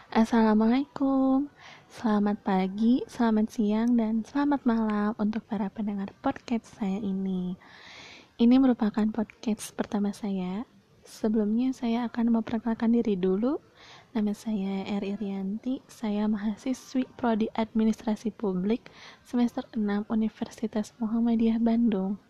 Assalamualaikum, selamat pagi, selamat siang, dan selamat malam untuk para pendengar podcast saya ini. Ini merupakan podcast pertama saya. Sebelumnya saya akan memperkenalkan diri dulu. Nama saya Eri Rianti, saya mahasiswi Prodi Administrasi Publik semester 6 Universitas Muhammadiyah Bandung.